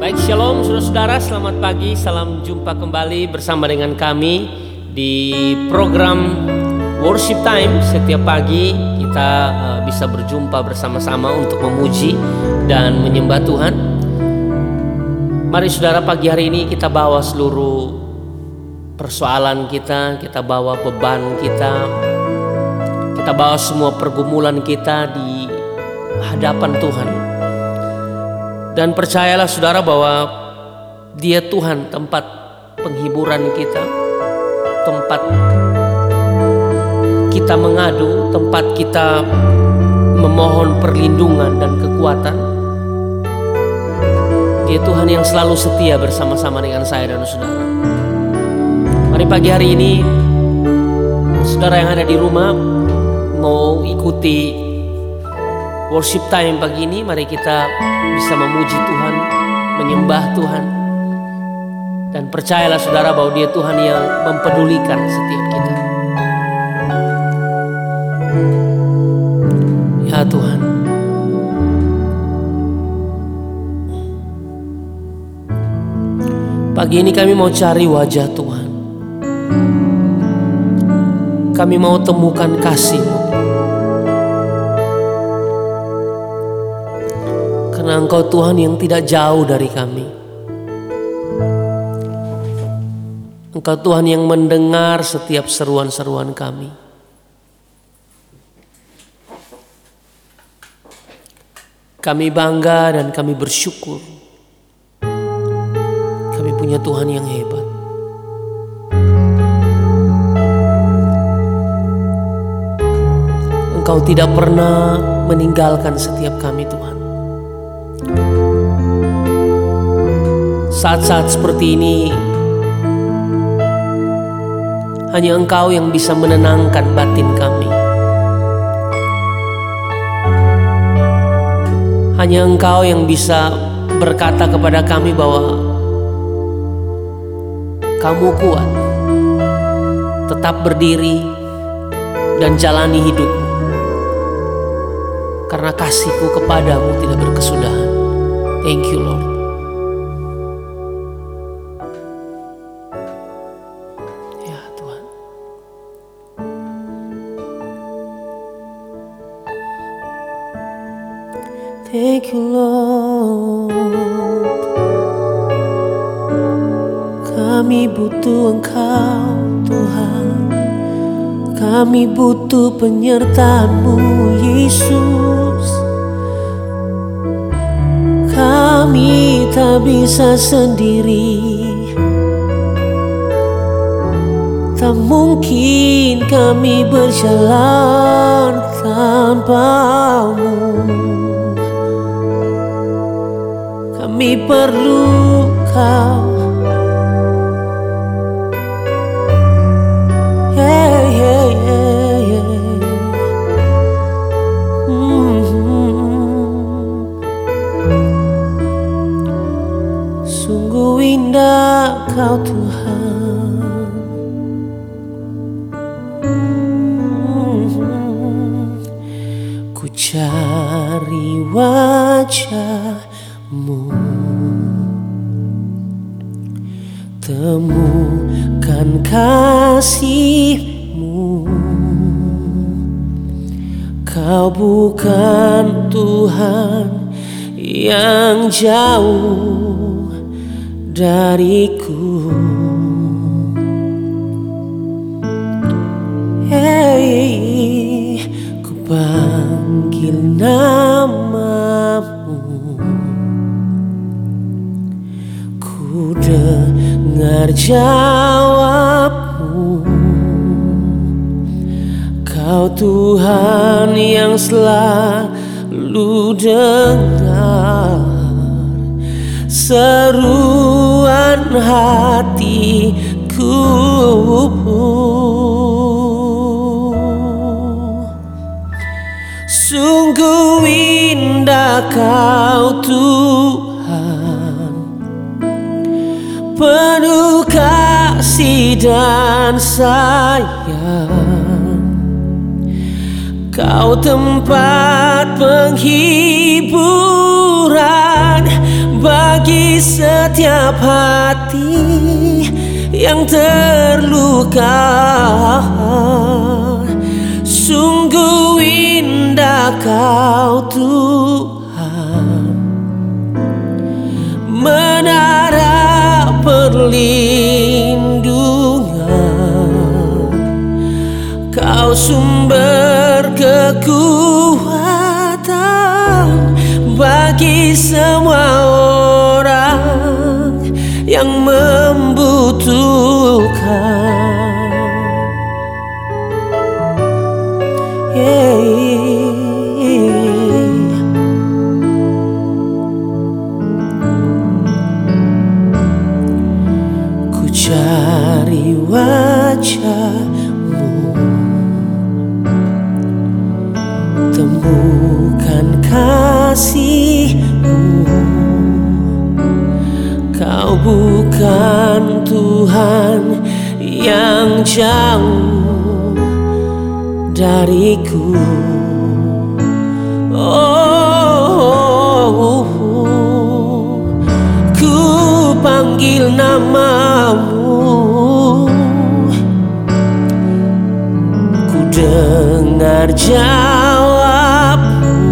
Baik, shalom saudara-saudara, selamat pagi, salam jumpa kembali bersama dengan kami di program Worship Time. Setiap pagi kita bisa berjumpa bersama-sama untuk memuji dan menyembah Tuhan. Mari saudara, pagi hari ini kita bawa seluruh persoalan kita bawa beban kita bawa semua pergumulan kita di hadapan Tuhan. Dan percayalah saudara bahwa Dia Tuhan, tempat penghiburan kita, tempat kita mengadu, tempat kita memohon perlindungan dan kekuatan. Dia Tuhan yang selalu setia bersama-sama dengan saya dan saudara. Mari pagi hari ini saudara yang ada di rumah mau ikuti worship time pagi ini, mari kita bisa memuji Tuhan, menyembah Tuhan. Dan percayalah saudara bahwa Dia Tuhan yang mempedulikan setiap kita. Ya Tuhan, pagi ini kami mau cari wajah Tuhan. Kami mau temukan kasih-Mu. Karena Engkau Tuhan yang tidak jauh dari kami. Engkau Tuhan yang mendengar setiap seruan-seruan kami. Kami bangga dan kami bersyukur. Kami punya Tuhan yang hebat. Engkau tidak pernah meninggalkan setiap kami, Tuhan. Saat-saat seperti ini hanya Engkau yang bisa menenangkan batin kami. Hanya Engkau yang bisa berkata kepada kami bahwa kamu kuat, tetap berdiri dan jalani hidupmu. Karena kasih-Ku kepadamu tidak berkesudahan. Thank you Lord. Ya Tuhan. Thank you Lord. Kami butuh Engkau Tuhan. Kami butuh penyertaan-Mu Yesus. Kami tak bisa sendiri. Tak mungkin kami berjalan tanpa-Mu. Kami perlu Kau. Sungguh indah Kau Tuhan. Ku cari wajah-Mu, temukan kasih-Mu. Kau bukan Tuhan yang jauh dariku. Hey, ku panggil nama-Mu, ku dengar jawab-Mu. Kau Tuhan yang selalu dengar seruan hatiku. Sungguh indah Kau Tuhan, penuh kasih dan sayang. Kau tempat penghiburan bagi setiap hati yang terluka. Sungguh indah Kau Tuhan, menara perlindungan. Kau sumber kekuatan bagi semua orang yang membutuhkan. Ku cari wajah-Mu, temukan kasih-Mu. Kau bukan Tuhan yang jauh dariku. Ku panggil nama-Mu, ku dengar jawab-Mu.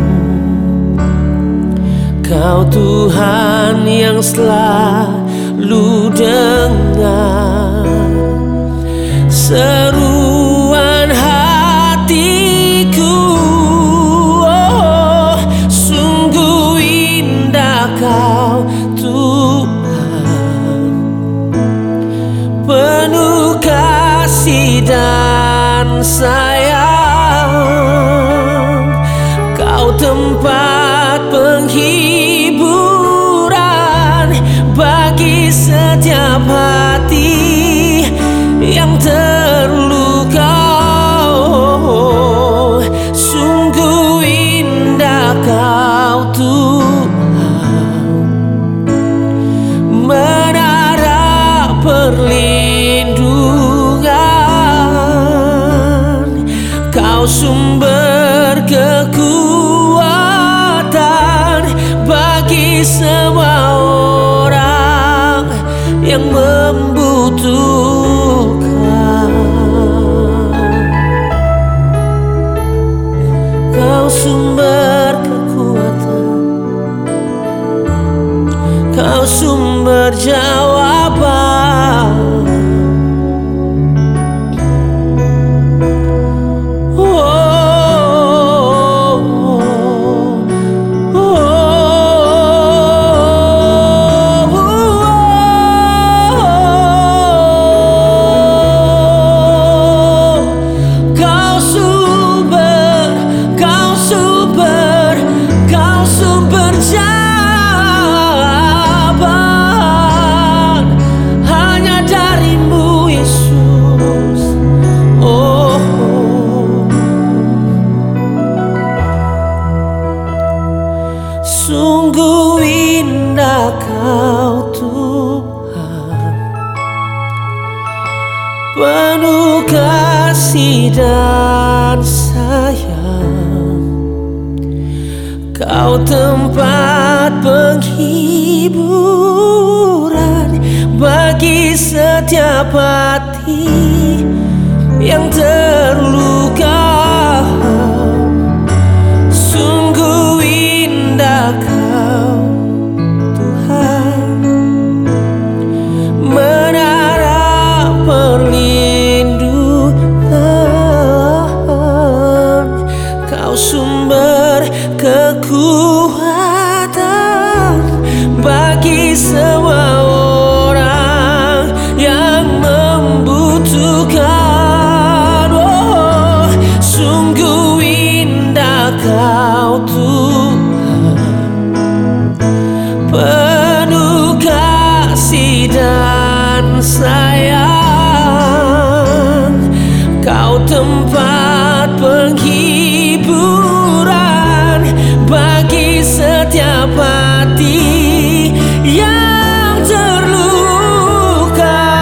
Kau Tuhan yang selalu dengar seruan hatiku. Sungguh indah Kau Tuhan, penuh kasih dan sayang. Kau tempat penghiburan bagi setiap hati yang terluka. Sungguh indah Kau Tuhan, menara perlindungan. Kau sumber kekuatan bagi semua orang yang membutuhkan. Kau sumber kekuatan, Kau sumber jawaban. Sungguh indah Kau Tuhan, penuh kasih dan sayang. Kau tempat penghiburan bagi setiap hati yang terluka. Sungguh indah Kau Tuhan, menara perlindungan. Kau sumber kekuatan bagi semua orang yang membutuhkan. Sungguh indah Kau Tuhan, penuh kasih dan sayang. Kau tempat penghiburan bagi setiap hati yang terluka.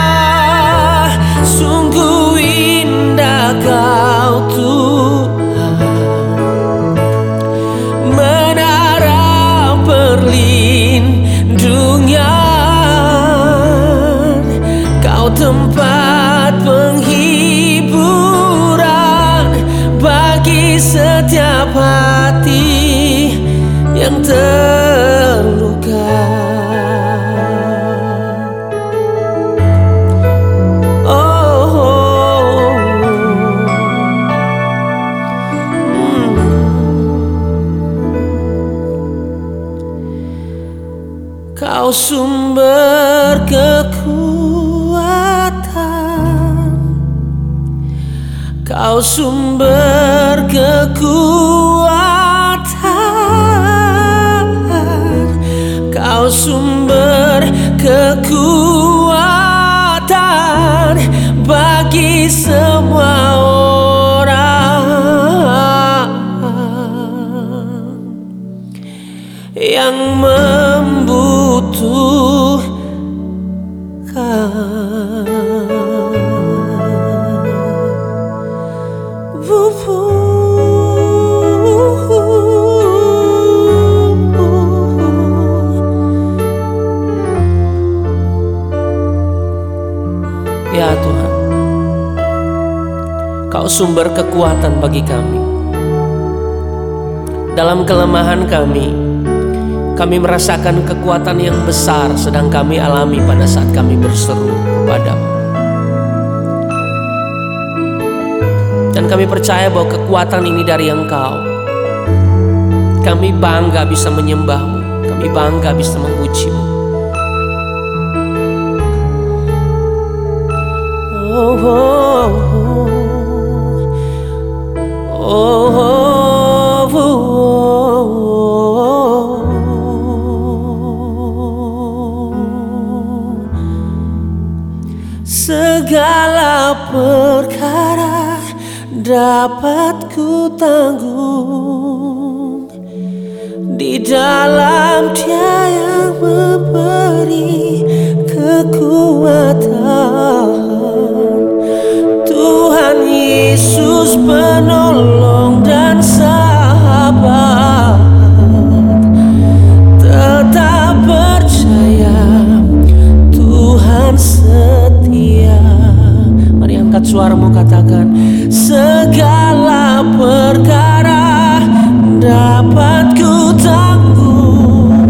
Sungguh indah Kau Tuhan, menara perlindungan. tempat penghiburan bagi setiap hati yang terluka. Kau sumber kekuatan, Kau sumber kekuatan, Kau sumber kekuatan bagi semua orang yang Ya Tuhan, Kau sumber kekuatan bagi kami. Dalam kelemahan kami merasakan kekuatan yang besar sedang kami alami pada saat kami berseru kepadamu. Dan kami percaya bahwa kekuatan ini dari Engkau. Kami bangga bisa menyembah-Mu, kami bangga bisa memuji-Mu. Oh, oh, oh, oh, oh, oh. Segala perkara dapat ku tanggung di dalam Dia yang memberi kekuatan. Tuhan Yesus penolong dan sahabat, tetap percaya Tuhan setia. Mari angkat suaramu, katakan, segala perkara dapat ku tanggung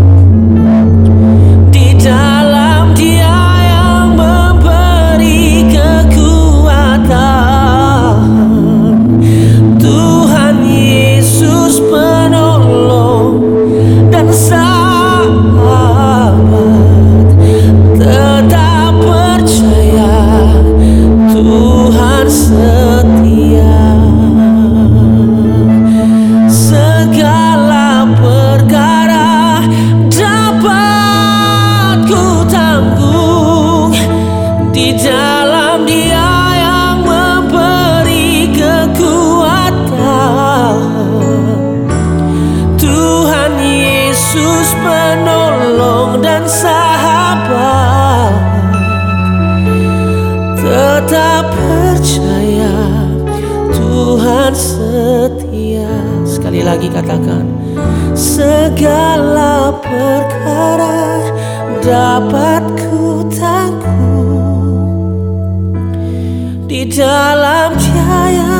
di dalam Dia yang memberi kekuatan. Tuhan Yesus penolong dan sahabat, tetap percaya Tuhan setia. Segala perkara dapat ku tanggung di dalam Dia yang memberi kekuatan. Tuhan Yesus penolong dan sahabat, tetap percaya Tuhan setia. Sekali lagi katakan, segala perkara dapat ku tanggung di dalam Dia yang